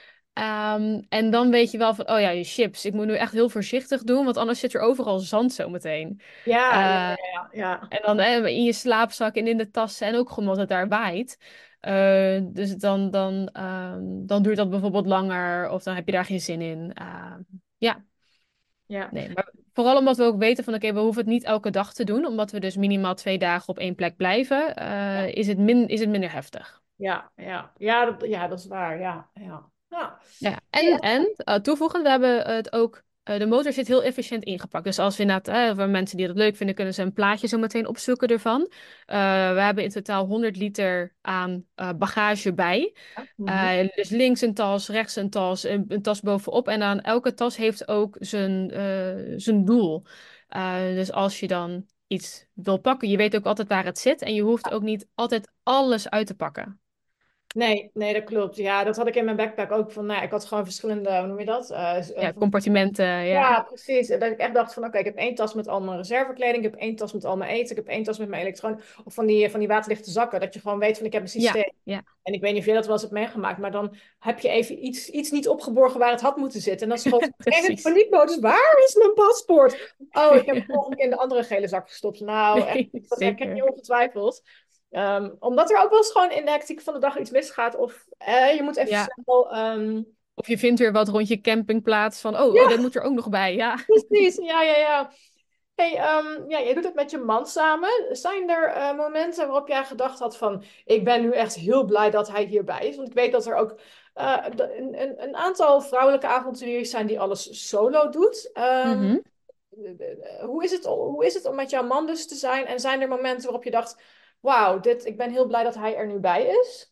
Speaker 2: Ehm, en dan weet je wel van, oh ja, je chips. Ik moet nu echt heel voorzichtig doen, want anders zit er overal zand zometeen.
Speaker 1: Ja, ja,
Speaker 2: Uh,
Speaker 1: ja, ja.
Speaker 2: en dan eh, in je slaapzak en in de tassen en ook gewoon omdat het daar waait. Eh, dus dan, dan, ehm, dan duurt dat bijvoorbeeld langer of dan heb je daar geen zin in. Uh, ja,
Speaker 1: Ja.
Speaker 2: nee, maar Vooral omdat we ook weten van oké, we hoeven het niet elke dag te doen. Omdat we dus minimaal twee dagen op één plek blijven,
Speaker 1: Ja,
Speaker 2: eh, is het min, is het minder heftig.
Speaker 1: ja, ja, ja, dat, ja, dat is waar. Ja, ja. Ja.
Speaker 2: Ja,
Speaker 1: Hey,
Speaker 2: en, en uh, toevoegend, we hebben het ook, uh, de motor zit heel efficiënt ingepakt. Dus als we inderdaad, uh, voor mensen die dat leuk vinden, kunnen ze een plaatje zo meteen opzoeken ervan. Uh, we hebben in totaal honderd liter aan uh, bagage bij.
Speaker 1: mhm.
Speaker 2: Uh, dus links een tas, rechts een tas, een, een tas bovenop. En dan elke tas heeft ook zijn, uh, zijn doel. Uh, dus als je dan iets wil pakken, je weet ook altijd waar het zit. En je hoeft ook niet altijd alles uit te pakken.
Speaker 1: Nee, nee, dat klopt. Ja, dat had ik in mijn backpack ook. Van, nou, ja, ik had gewoon verschillende, hoe noem je dat? Eh, s- eh,
Speaker 2: Ja, compartimenten, ja.
Speaker 1: Ja, precies. En dat ik echt dacht van, oké, ik heb één tas met al mijn reservekleding, ik heb één tas met al mijn eten, ik heb één tas met mijn elektroon, of van die, van die waterdichte zakken, dat je gewoon weet van, ik heb een
Speaker 2: Ja,
Speaker 1: systeem.
Speaker 2: ja.
Speaker 1: En ik weet niet of je dat wel eens hebt meegemaakt, maar dan heb je even iets, iets niet opgeborgen waar het had moeten zitten. En dan schoot meteen in de
Speaker 2: Precies.
Speaker 1: paniekmodus, waar is mijn paspoort? Oh, ik heb het volgende keer in de andere gele zak gestopt. Nou, echt,
Speaker 2: Nee,
Speaker 1: dat herken je
Speaker 2: zeker.
Speaker 1: ongetwijfeld. Ehm, omdat er ook wel eens gewoon in de hectiek van de dag iets misgaat, of eh, je moet even
Speaker 2: Ja.
Speaker 1: snel... ehm,
Speaker 2: Of je vindt weer wat rond je campingplaats van, oh, oh, dat
Speaker 1: ja,
Speaker 2: moet er ook nog bij. Ja.
Speaker 1: precies. Ja, ja, ja. Hey, ehm, ja, jij doet het met je man samen. Zijn er eh, momenten waarop jij gedacht had van, ik ben nu echt heel blij dat hij hierbij is? Want ik weet dat er ook eh, de- een, een, een aantal vrouwelijke avonturiers zijn die alles solo doet. Ehm,
Speaker 2: Mhm.
Speaker 1: eh, hoe is het, hoe is het om met jouw man dus te zijn? En zijn er momenten waarop je dacht, wauw, dit, ik ben heel blij dat hij er nu bij is?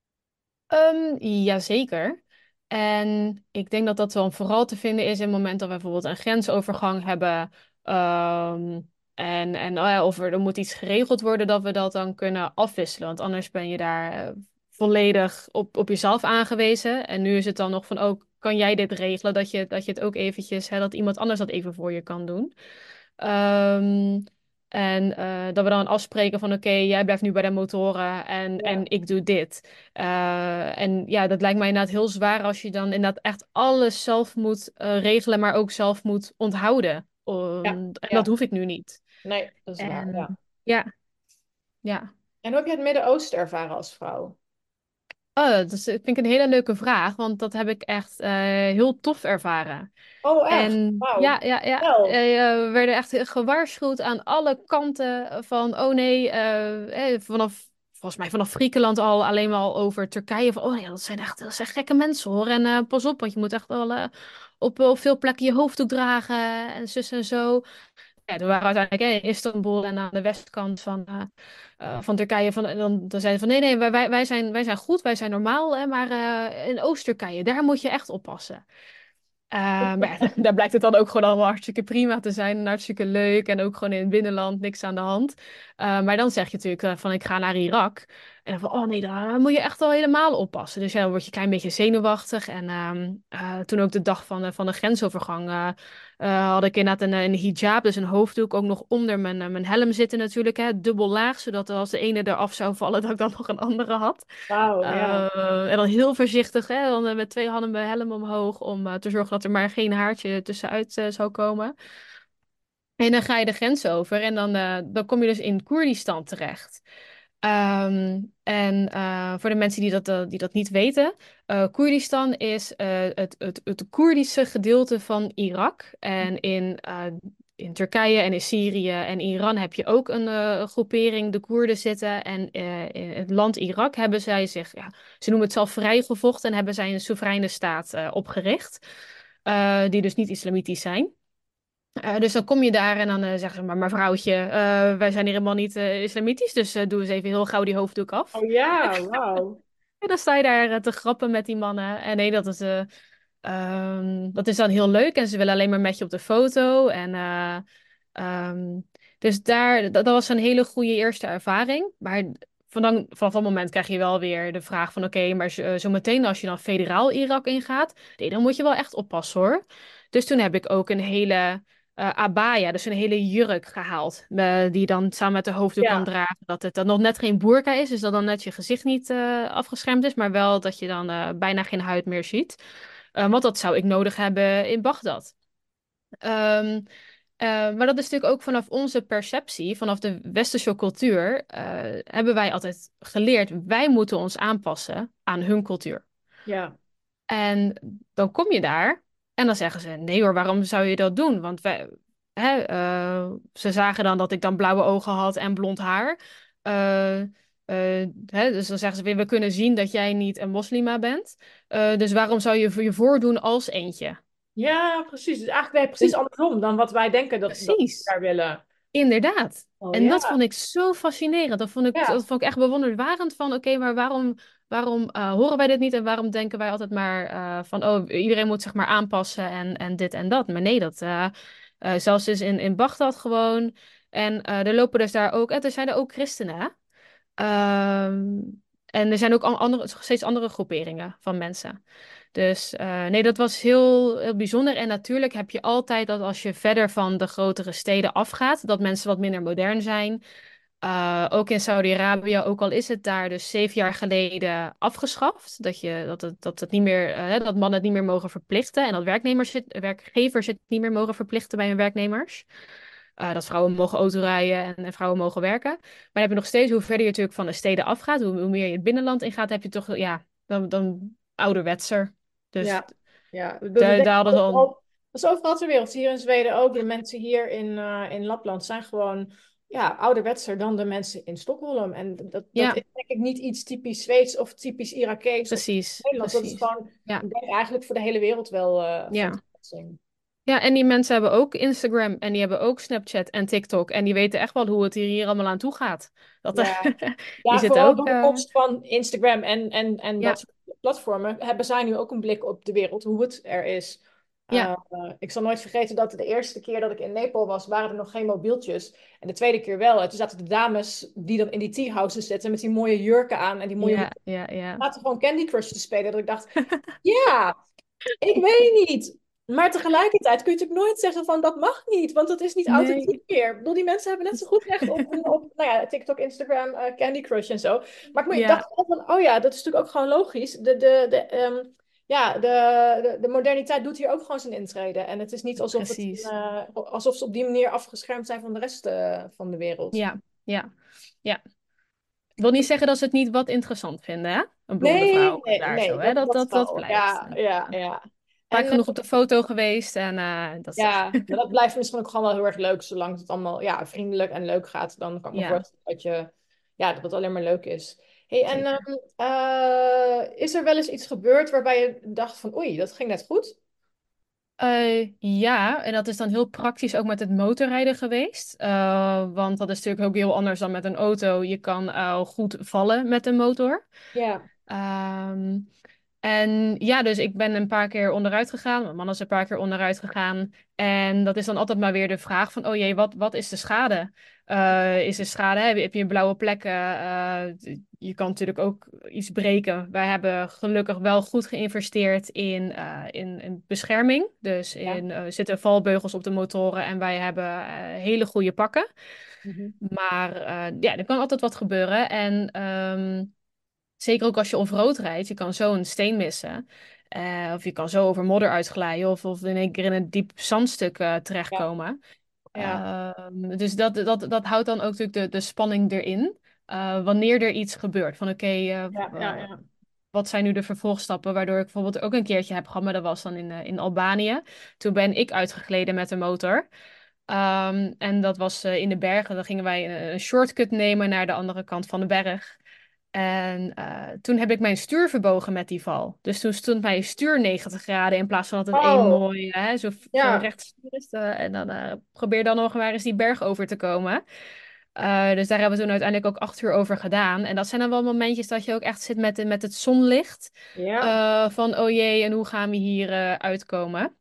Speaker 2: Um, jazeker. En ik denk dat dat dan vooral te vinden is in het moment dat we bijvoorbeeld een grensovergang hebben. ehm, en en oh ja, of er, er moet iets geregeld worden, dat we dat dan kunnen afwisselen. Want anders ben je daar eh, volledig op, op jezelf aangewezen. En nu is het dan nog van, oh, kan jij dit regelen? Dat je, dat je het ook eventjes, hè, dat iemand anders dat even voor je kan doen. Ehm, en eh, dat we dan afspreken van oké, jij blijft nu bij de motoren en,
Speaker 1: Ja,
Speaker 2: en ik doe dit. Eh, en ja, dat lijkt mij inderdaad heel zwaar als je dan inderdaad echt alles zelf moet eh, regelen, maar ook zelf moet onthouden.
Speaker 1: ja,
Speaker 2: Um, en dat
Speaker 1: ja.
Speaker 2: hoef ik nu niet.
Speaker 1: Nee, dat is waar,
Speaker 2: En
Speaker 1: ja.
Speaker 2: ja, ja.
Speaker 1: En hoe heb je het Midden-Oosten ervaren als vrouw?
Speaker 2: Oh, dat is, vind ik een hele leuke vraag, want dat heb ik echt eh, heel tof ervaren.
Speaker 1: Oh, echt?
Speaker 2: En
Speaker 1: Wauw.
Speaker 2: ja, ja, ja. eh,
Speaker 1: Wel.
Speaker 2: we werden echt gewaarschuwd aan alle kanten van, oh nee, eh, eh, vanaf, volgens mij vanaf Griekenland al alleen maar al over Turkije. Van, oh nee, dat zijn echt, dat zijn gekke mensen hoor. En eh, pas op, want je moet echt wel eh, op, op veel plekken je hoofddoek dragen en zus en zo. Ja, we waren uiteindelijk eh, in Istanbul en aan de westkant van, eh, eh, van Turkije. Van, en dan, dan zeiden ze van nee, nee, wij, wij wij zijn, wij zijn goed, wij zijn normaal. Hè, maar eh, in Oost-Turkije, daar moet je echt oppassen. Uh, maar ja, daar blijkt het dan ook gewoon allemaal hartstikke prima te zijn. En hartstikke leuk. En ook gewoon in het binnenland, niks aan de hand. Uh, maar dan zeg je natuurlijk uh, van ik ga naar Irak. En dan van, oh nee, daar moet je echt wel helemaal oppassen. Dus ja, dan word je een klein beetje zenuwachtig. En uh, uh, toen ook de dag van, de, van de grensovergang uh, uh, had ik inderdaad een, een hijab, dus een hoofddoek, ook nog onder mijn, uh, mijn helm zitten natuurlijk. Hè, dubbel laag, zodat als de ene eraf zou vallen, dat ik dan nog een andere had.
Speaker 1: Wauw, ja.
Speaker 2: Uh, en dan heel voorzichtig, hè, dan uh, met twee handen mijn helm omhoog om uh, te zorgen dat er maar geen haartje tussenuit uh, zou komen. En dan ga je de grens over en dan, uh, dan kom je dus in Koerdistan terecht. Ehm, en uh, voor de mensen die dat, uh, die dat niet weten, uh, Koerdistan is uh, het, het, het Koerdische gedeelte van Irak. En in, uh, in Turkije en in Syrië en Iran heb je ook een uh, groepering, de Koerden zitten. En uh, in het land Irak hebben zij zich, ja, ze noemen het zelf vrijgevochten en hebben zij een soevereine staat uh, opgericht. Uh, die dus niet islamitisch zijn. Uh, dus dan kom je daar en dan uh, zeggen ze maar, maar vrouwtje, uh, wij zijn hier helemaal niet uh, islamitisch, dus uh, doe eens even heel gauw die hoofddoek af.
Speaker 1: Oh ja, wauw.
Speaker 2: En dan sta je daar uh, te grappen met die mannen. En nee, dat is, uh, um, dat is dan heel leuk en ze willen alleen maar met je op de foto. En, uh, um, dus daar, dat, dat was een hele goede eerste ervaring. Maar van dan, vanaf dat moment krijg je wel weer de vraag van, oké, okay, maar zo, zo meteen als je dan federaal Irak ingaat, nee, dan moet je wel echt oppassen hoor. Dus toen heb ik ook een hele uh, abaya, dus een hele jurk gehaald. Uh, die je dan samen met de hoofddoek kan
Speaker 1: Ja,
Speaker 2: dragen. Dat het dan nog net geen boerka is, dus dat dan net je gezicht niet uh, afgeschermd is. Maar wel dat je dan uh, bijna geen huid meer ziet. Uh, want dat zou ik nodig hebben in Bagdad. Um, uh, maar dat is natuurlijk ook vanaf onze perceptie, vanaf de westerse cultuur, uh, hebben wij altijd geleerd, wij moeten ons aanpassen aan hun cultuur.
Speaker 1: ja,
Speaker 2: En dan kom je daar en dan zeggen ze, nee hoor, waarom zou je dat doen? Want wij, hè, uh, ze zagen dan dat ik dan blauwe ogen had en blond haar. Uh, uh, hè, dus dan zeggen ze weer, we kunnen zien dat jij niet een moslima bent. Uh, dus waarom zou je je voordoen als eentje?
Speaker 1: Ja, precies. Dus eigenlijk ben je precies
Speaker 2: Dus
Speaker 1: andersom dan wat wij denken dat, dat we
Speaker 2: precies.
Speaker 1: daar willen.
Speaker 2: Inderdaad.
Speaker 1: Oh
Speaker 2: En dat vond
Speaker 1: ja,
Speaker 2: ik zo fascinerend. Dat vond ik,
Speaker 1: ja,
Speaker 2: dat vond ik echt bewonderenswaardig van, oké, maar waarom, waarom eh, horen wij dit niet en waarom denken wij altijd maar eh, van, oh, iedereen moet zich maar aanpassen en, en dit en dat. Maar nee, dat uh, uh, zelfs dus in, in Bagdad gewoon. En uh, er lopen dus daar ook, en er zijn er ook christenen, hè? Ehm, en er zijn ook al andere, steeds andere groeperingen van mensen. Dus uh, nee, dat was heel, heel bijzonder. En natuurlijk heb je altijd dat als je verder van de grotere steden afgaat, dat mensen wat minder modern zijn. Uh, ook in Saudi-Arabië, ook al is het daar dus zeven jaar geleden afgeschaft, dat, je, dat, het, dat, het niet meer, uh, dat mannen het niet meer mogen verplichten en dat werknemers het, werkgevers het niet meer mogen verplichten bij hun werknemers. Uh, dat vrouwen mogen autorijden en, en vrouwen mogen werken. Maar dan heb je nog steeds, hoe verder je natuurlijk van de steden afgaat, hoe, hoe meer je het binnenland ingaat, heb je toch, ja, dan, dan ouderwetser. Dus
Speaker 1: ja. Ja, dat, dat
Speaker 2: daar,
Speaker 1: denk
Speaker 2: daar
Speaker 1: ik
Speaker 2: hadden ze al.
Speaker 1: overal, dat is overal ter wereld. Hier in Zweden ook. De mensen hier in, eh, in Lapland zijn gewoon ja, ouderwetser dan de mensen in Stockholm. En dat, dat
Speaker 2: Ja,
Speaker 1: is denk ik niet iets typisch Zweeds of typisch Irakees of
Speaker 2: precies,
Speaker 1: Nederlands. Dat is
Speaker 2: precies.
Speaker 1: gewoon,
Speaker 2: Ja,
Speaker 1: ik denk eigenlijk voor de hele wereld wel uh, van
Speaker 2: ja.
Speaker 1: toepassing.
Speaker 2: Ja, en die mensen hebben ook Instagram en die hebben ook Snapchat en TikTok. En die weten echt wel hoe het hier, hier allemaal aan toe gaat. Dat,
Speaker 1: Ja.
Speaker 2: die
Speaker 1: Ja,
Speaker 2: zitten
Speaker 1: vooral
Speaker 2: ook.
Speaker 1: door de
Speaker 2: eh,
Speaker 1: komst van Instagram en, en, en dat
Speaker 2: ja,
Speaker 1: soort platformen hebben zij nu ook een blik op de wereld, hoe het er is.
Speaker 2: ja,
Speaker 1: Uh, uh, ik zal nooit vergeten dat de eerste keer dat ik in Nepal was, waren er nog geen mobieltjes. En de tweede keer wel. En toen zaten de dames die dan in die tea houses zitten met die mooie jurken aan en die mooie
Speaker 2: ja,
Speaker 1: hoeden.
Speaker 2: ja, ja.
Speaker 1: Zaten gewoon Candy Crush te spelen. Dat ik dacht, ja, ik weet niet. Maar tegelijkertijd kun je natuurlijk nooit zeggen van dat mag niet, want dat is niet authentiek
Speaker 2: Nee.
Speaker 1: meer. Ik bedoel, die mensen hebben net zo goed recht op, op nou ja, TikTok, Instagram, eh, Candy Crush en zo. Maar ik mo-
Speaker 2: Ja,
Speaker 1: dacht wel van, oh ja, dat is natuurlijk ook gewoon logisch. De, de, de, ehm, ja, de, de, de moderniteit doet hier ook gewoon zijn intrede. En het is niet alsof, het,
Speaker 2: precies.
Speaker 1: eh, alsof ze op die manier afgeschermd zijn van de rest eh, van de wereld.
Speaker 2: Ja, ja, ja. Ik wil niet zeggen dat ze het niet wat interessant vinden, hè? Een blonde vrouw
Speaker 1: Nee, nee,
Speaker 2: daar zo,
Speaker 1: nee,
Speaker 2: hè?
Speaker 1: dat,
Speaker 2: Dat,
Speaker 1: dat
Speaker 2: dat, dat
Speaker 1: wel.
Speaker 2: blijft.
Speaker 1: Ja, ja, ja. En
Speaker 2: Vaak genoeg op de foto geweest en eh, dat is.
Speaker 1: ja, maar dat blijft misschien ook gewoon wel heel erg leuk, zolang het allemaal ja, vriendelijk en leuk gaat. Dan kan ik me
Speaker 2: Ja,
Speaker 1: voorstellen dat je, ja, dat het alleen maar leuk is. Hey, en
Speaker 2: zeker.
Speaker 1: ehm, eh, is er wel eens iets gebeurd waarbij je dacht van, oei, dat ging net goed?
Speaker 2: Eh, ja, en dat is dan heel praktisch ook met het motorrijden geweest. Eh, want dat is natuurlijk ook heel anders dan met een auto. Je kan eh, goed vallen met een motor.
Speaker 1: Ja,
Speaker 2: Ehm, en ja, dus ik ben een paar keer onderuit gegaan. Mijn man is een paar keer onderuit gegaan. En dat is dan altijd maar weer de vraag van, oh jee, wat, wat is de schade? Eh, is er schade? Heb je, heb je blauwe plekken? Eh, je kan natuurlijk ook iets breken. Wij hebben gelukkig wel goed geïnvesteerd in, eh, in, in bescherming. Dus
Speaker 1: ja.
Speaker 2: in, eh, er zitten valbeugels op de motoren en wij hebben eh, hele goede pakken.
Speaker 1: Mhm.
Speaker 2: Maar eh, ja, er kan altijd wat gebeuren. En ehm, zeker ook als je off-road rijdt, je kan zo een steen missen. Eh, of je kan zo over modder uitglijden of, of in één keer in een diep zandstuk eh,
Speaker 1: Ja,
Speaker 2: terechtkomen.
Speaker 1: ja,
Speaker 2: Ehm, dus dat, dat, dat houdt dan ook natuurlijk de, de spanning erin. Eh, wanneer er iets gebeurt. Van oké, eh,
Speaker 1: ja, ja,
Speaker 2: eh,
Speaker 1: ja.
Speaker 2: wat zijn nu de vervolgstappen? Waardoor ik bijvoorbeeld ook een keertje heb gehad, maar dat was dan in, eh, in Albanië. Toen ben ik uitgegleden met de motor. Ehm, en dat was eh, in de bergen. Dan gingen wij een, een shortcut nemen naar de andere kant van de berg. En eh, toen heb ik mijn stuur verbogen met die val. Dus toen stond mijn stuur negentig graden in plaats van dat het één
Speaker 1: Oh,
Speaker 2: mooi, hè, zo, zo'n
Speaker 1: ja,
Speaker 2: recht stuur is. Eh, en dan eh, probeer dan nog maar eens die berg over te komen. Eh, dus daar hebben we toen uiteindelijk ook acht uur over gedaan. En dat zijn dan wel momentjes dat je ook echt zit met, met het zonlicht.
Speaker 1: ja,
Speaker 2: Eh, van, oh jee, en hoe gaan we hier eh, uitkomen?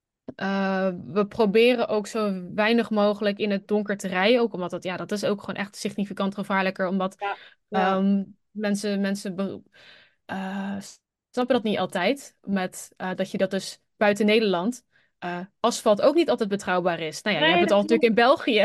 Speaker 2: Eh, we proberen ook zo weinig mogelijk in het donker te rijden. Ook omdat dat, ja, dat is ook gewoon echt significant gevaarlijker. Omdat
Speaker 1: ja, ja,
Speaker 2: ehm, mensen, mensen be- eh, snappen dat niet altijd. Met eh, dat je dat dus buiten Nederland eh, asfalt ook niet altijd betrouwbaar is. Nou ja, je hebt
Speaker 1: nee,
Speaker 2: het al
Speaker 1: dat
Speaker 2: natuurlijk
Speaker 1: klopt.
Speaker 2: in België.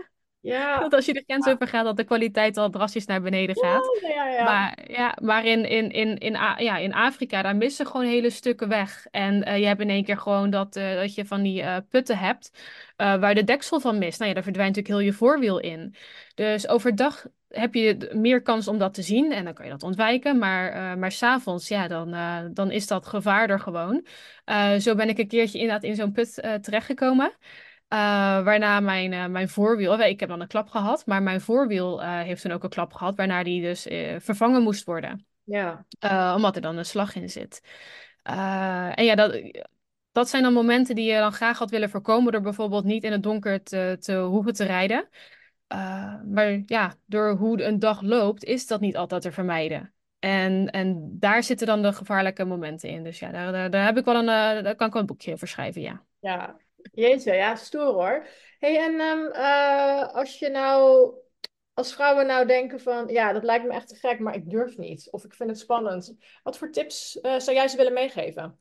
Speaker 2: Dat
Speaker 1: Ja,
Speaker 2: als je de grens
Speaker 1: ja,
Speaker 2: over gaat, dat de kwaliteit al drastisch naar beneden gaat.
Speaker 1: ja, ja, ja.
Speaker 2: Maar, ja, maar in, in, in, in, A- ja, in Afrika, daar missen gewoon hele stukken weg. En eh, je hebt in één keer gewoon dat, eh, dat je van die eh, putten hebt eh, waar de deksel van mist. Nou ja, daar verdwijnt natuurlijk heel je voorwiel in. Dus overdag heb je d- meer kans om dat te zien en dan kan je dat ontwijken. Maar, uh, maar s'avonds, ja, dan, eh, dan is dat gevaar er gewoon. Eh, zo ben ik een keertje inderdaad in zo'n put eh, terechtgekomen. Uh, waarna mijn, uh, mijn voorwiel, ik heb dan een klap gehad, maar mijn voorwiel uh, heeft toen ook een klap gehad, waarna die dus uh, vervangen moest worden.
Speaker 1: Ja.
Speaker 2: Uh, omdat er dan een slag in zit. Uh, en ja, dat, dat zijn dan momenten die je dan graag had willen voorkomen door bijvoorbeeld niet in het donker te, te hoeven te rijden. Uh, maar ja, door hoe een dag loopt, is dat niet altijd te vermijden. En, en daar zitten dan de gevaarlijke momenten in. Dus ja, daar, daar, daar heb ik wel een, uh, daar kan ik wel een boekje over schrijven, ja.
Speaker 1: Ja, jeetje, ja, stoer hoor. Hey, en ehm, eh, als je nou, als vrouwen nou denken van, ja, dat lijkt me echt te gek, maar ik durf niet. Of ik vind het spannend. Wat voor tips eh, zou jij ze willen meegeven?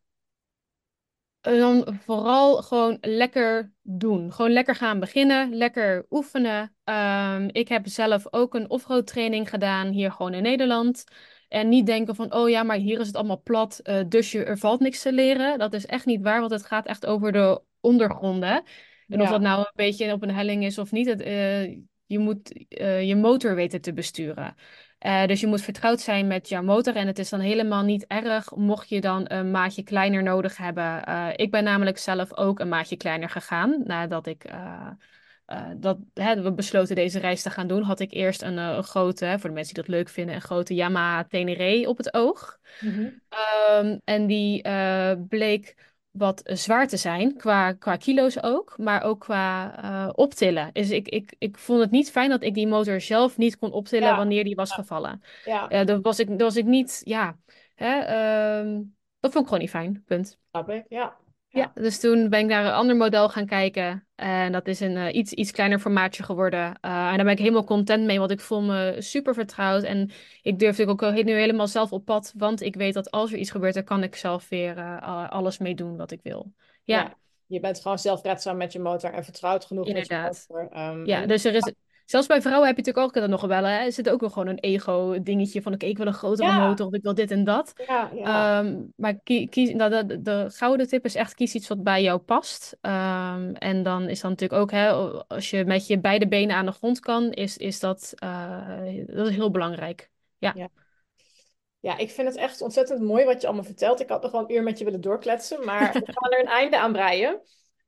Speaker 2: En dan vooral gewoon lekker doen. Gewoon lekker gaan beginnen, lekker oefenen. Ehm, ik heb zelf ook een offroad training gedaan hier gewoon in Nederland. En niet denken van, oh ja, maar hier is het allemaal plat, eh, dus je, er valt niks te leren. Dat is echt niet waar, want het gaat echt over de ondergronden. En of dat
Speaker 1: Ja,
Speaker 2: nou een beetje op een helling is of niet, het, eh, je moet eh, je motor weten te besturen. Eh, dus je moet vertrouwd zijn met jouw motor. En het is dan helemaal niet erg mocht je dan een maatje kleiner nodig hebben. Eh, ik ben namelijk zelf ook een maatje kleiner gegaan. Nadat ik eh, eh, dat, hè, we besloten deze reis te gaan doen, had ik eerst een, eh, een grote, hè, voor de mensen die dat leuk vinden, een grote Yamaha Tenere op het oog.
Speaker 1: mhm.
Speaker 2: Ehm, en die eh, bleek wat zwaar te zijn, qua, qua kilo's ook, maar ook qua eh, optillen. Dus ik, ik, ik vond het niet fijn dat ik die motor zelf niet kon optillen
Speaker 1: Ja,
Speaker 2: wanneer die was
Speaker 1: ja,
Speaker 2: gevallen.
Speaker 1: ja,
Speaker 2: Uh, dat was ik, dat was ik niet, ja, hè, ehm, dat vond ik gewoon niet fijn, punt.
Speaker 1: snap ik. Ja,
Speaker 2: Ja,
Speaker 1: ja,
Speaker 2: dus toen ben ik naar een ander model gaan kijken. En dat is een eh, iets, iets kleiner formaatje geworden. Eh, en daar ben ik helemaal content mee, want ik voel me super vertrouwd. En ik durf natuurlijk ook nu helemaal zelf op pad. Want ik weet dat als er iets gebeurt, dan kan ik zelf weer eh, alles mee doen wat ik wil. Ja,
Speaker 1: ja. Je bent gewoon zelfredzaam met je motor en vertrouwd genoeg met je
Speaker 2: inderdaad.
Speaker 1: motor. Ehm,
Speaker 2: Ja,
Speaker 1: en
Speaker 2: dus er is... Zelfs bij vrouwen heb je natuurlijk ook dat nog wel. Hè? Er zit ook wel gewoon een ego-dingetje van... Oké, ik wil een grotere
Speaker 1: ja,
Speaker 2: motor of ik wil dit en dat.
Speaker 1: ja, ja.
Speaker 2: Ehm, maar kie- kies, nou, de, de gouden tip is echt kies iets wat bij jou past. Ehm, en dan is dan natuurlijk ook... Hè, als je met je beide benen aan de grond kan... is, is dat, eh, dat is heel belangrijk. Ja.
Speaker 1: Ja. Ja, ik vind het echt ontzettend mooi wat je allemaal vertelt. Ik had nog wel een uur met je willen doorkletsen, maar we gaan er een einde aan breien.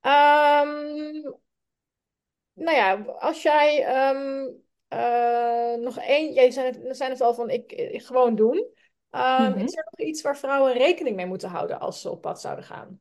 Speaker 1: Ehm, nou ja, als jij ehm, eh, nog één... Jij zei het, zei het al van ik, ik gewoon doen. Ehm,
Speaker 2: Mhm.
Speaker 1: is er nog iets waar vrouwen rekening mee moeten houden als ze op pad zouden gaan?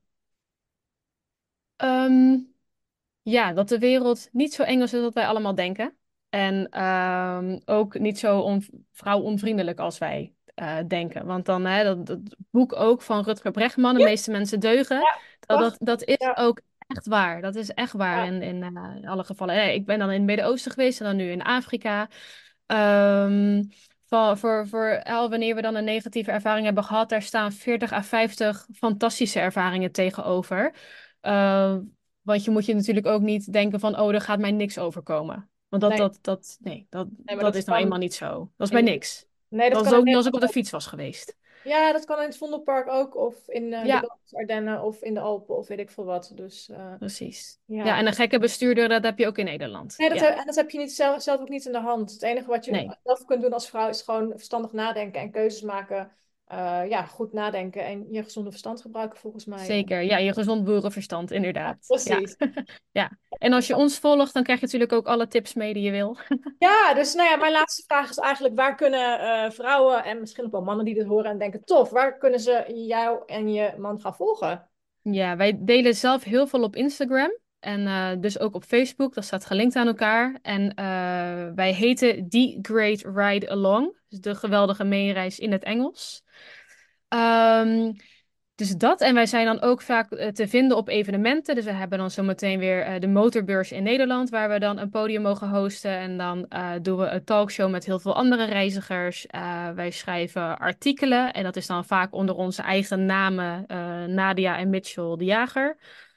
Speaker 2: Ehm, Ja, dat de wereld niet zo eng is als dat wij allemaal denken. En ehm, ook niet zo on vrouwonvriendelijk als wij eh, denken. Want dan, hè, dat, dat boek ook van Rutger Bregman, De
Speaker 1: Ja,
Speaker 2: meeste mensen deugen,
Speaker 1: ja,
Speaker 2: dat, dat,
Speaker 1: prachtig.
Speaker 2: dat is
Speaker 1: Ja,
Speaker 2: ook echt waar. Dat is echt waar
Speaker 1: ja,
Speaker 2: in, in eh, alle gevallen. Eh, ik ben dan in het Midden-Oosten geweest en dan nu in Afrika. Ehm, voor, voor, voor el, wanneer we dan een negatieve ervaring hebben gehad, daar staan veertig à vijftig fantastische ervaringen tegenover. Ehm, want je moet je natuurlijk ook niet denken van, oh, er gaat mij niks overkomen. Want dat,
Speaker 1: nee,
Speaker 2: dat, dat, nee, dat,
Speaker 1: nee, maar
Speaker 2: dat
Speaker 1: dat
Speaker 2: is nou eenmaal
Speaker 1: kan
Speaker 2: niet zo. Dat is mij
Speaker 1: in,
Speaker 2: niks.
Speaker 1: nee, dat
Speaker 2: Dat
Speaker 1: kan
Speaker 2: is
Speaker 1: in
Speaker 2: ook niet als ik op de
Speaker 1: Nederland.
Speaker 2: fiets was geweest.
Speaker 1: Ja, dat kan in het Vondelpark ook, of in eh, de
Speaker 2: Ja,
Speaker 1: Belgische Ardennen, of in de Alpen, of weet ik veel wat. Dus eh,
Speaker 2: precies. Ja,
Speaker 1: ja.
Speaker 2: en een gekke bestuurder, dat heb je ook in Nederland.
Speaker 1: Nee, dat,
Speaker 2: Ja,
Speaker 1: heb- en dat heb je niet zelf, zelf ook niet in de hand. Het enige wat
Speaker 2: nee,
Speaker 1: je zelf kunt doen als vrouw is gewoon verstandig nadenken en keuzes maken. Eh, ja, goed nadenken en je gezonde verstand gebruiken volgens mij. En,
Speaker 2: zeker. Ja, je gezond boerenverstand,
Speaker 1: ja,
Speaker 2: inderdaad. Ja,
Speaker 1: precies.
Speaker 2: ja. En als je ons volgt, dan krijg je natuurlijk ook alle tips mee die je wil.
Speaker 1: Ja, dus nou ja, mijn laatste vraag is eigenlijk: waar kunnen eh, vrouwen en misschien ook wel mannen die dit horen en denken, tof, waar kunnen ze jou en je man gaan volgen?
Speaker 2: Ja, wij delen zelf heel veel op Instagram. En eh, dus ook op Facebook. Dat staat gelinkt aan elkaar. En eh, wij heten The Great Ride Along. Dus de geweldige meereis in het Engels. Ehm, dus dat. En wij zijn dan ook vaak eh, te vinden op evenementen. Dus we hebben dan zometeen weer eh, de motorbeurs in Nederland. Waar we dan een podium mogen hosten. En dan eh, doen we een talkshow met heel veel andere reizigers. Eh, wij schrijven artikelen. En dat is dan vaak onder onze eigen namen. eh, Nadia en Mitchell de Jager.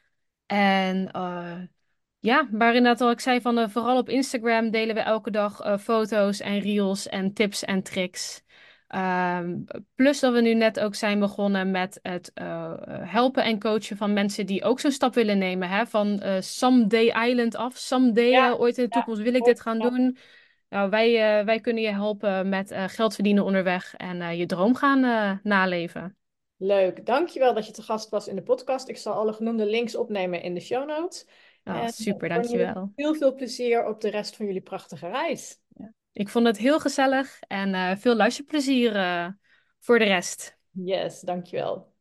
Speaker 2: En eh, ja, waarin dat al ik zei van eh, vooral op Instagram delen we elke dag eh, foto's en reels en tips en tricks. Ehm, plus dat we nu net ook zijn begonnen met het eh, helpen en coachen van mensen die ook zo'n stap willen nemen. Hè? Van eh, Someday Island af. Someday,
Speaker 1: Ja,
Speaker 2: eh, ooit in de
Speaker 1: ja,
Speaker 2: toekomst wil ik dit gaan
Speaker 1: ja.
Speaker 2: doen. Nou, wij, eh, wij kunnen je helpen met eh, geld verdienen onderweg en eh, je droom gaan eh, naleven.
Speaker 1: Leuk. Dankjewel dat je te gast was in de podcast. Ik zal alle genoemde links opnemen in de show notes.
Speaker 2: Oh,
Speaker 1: En
Speaker 2: super,
Speaker 1: voor nu
Speaker 2: dankjewel.
Speaker 1: heel veel plezier op de rest van jullie prachtige reis.
Speaker 2: Ja. Ik vond het heel gezellig en eh, veel luisterplezier eh, voor de rest.
Speaker 1: Yes, dankjewel.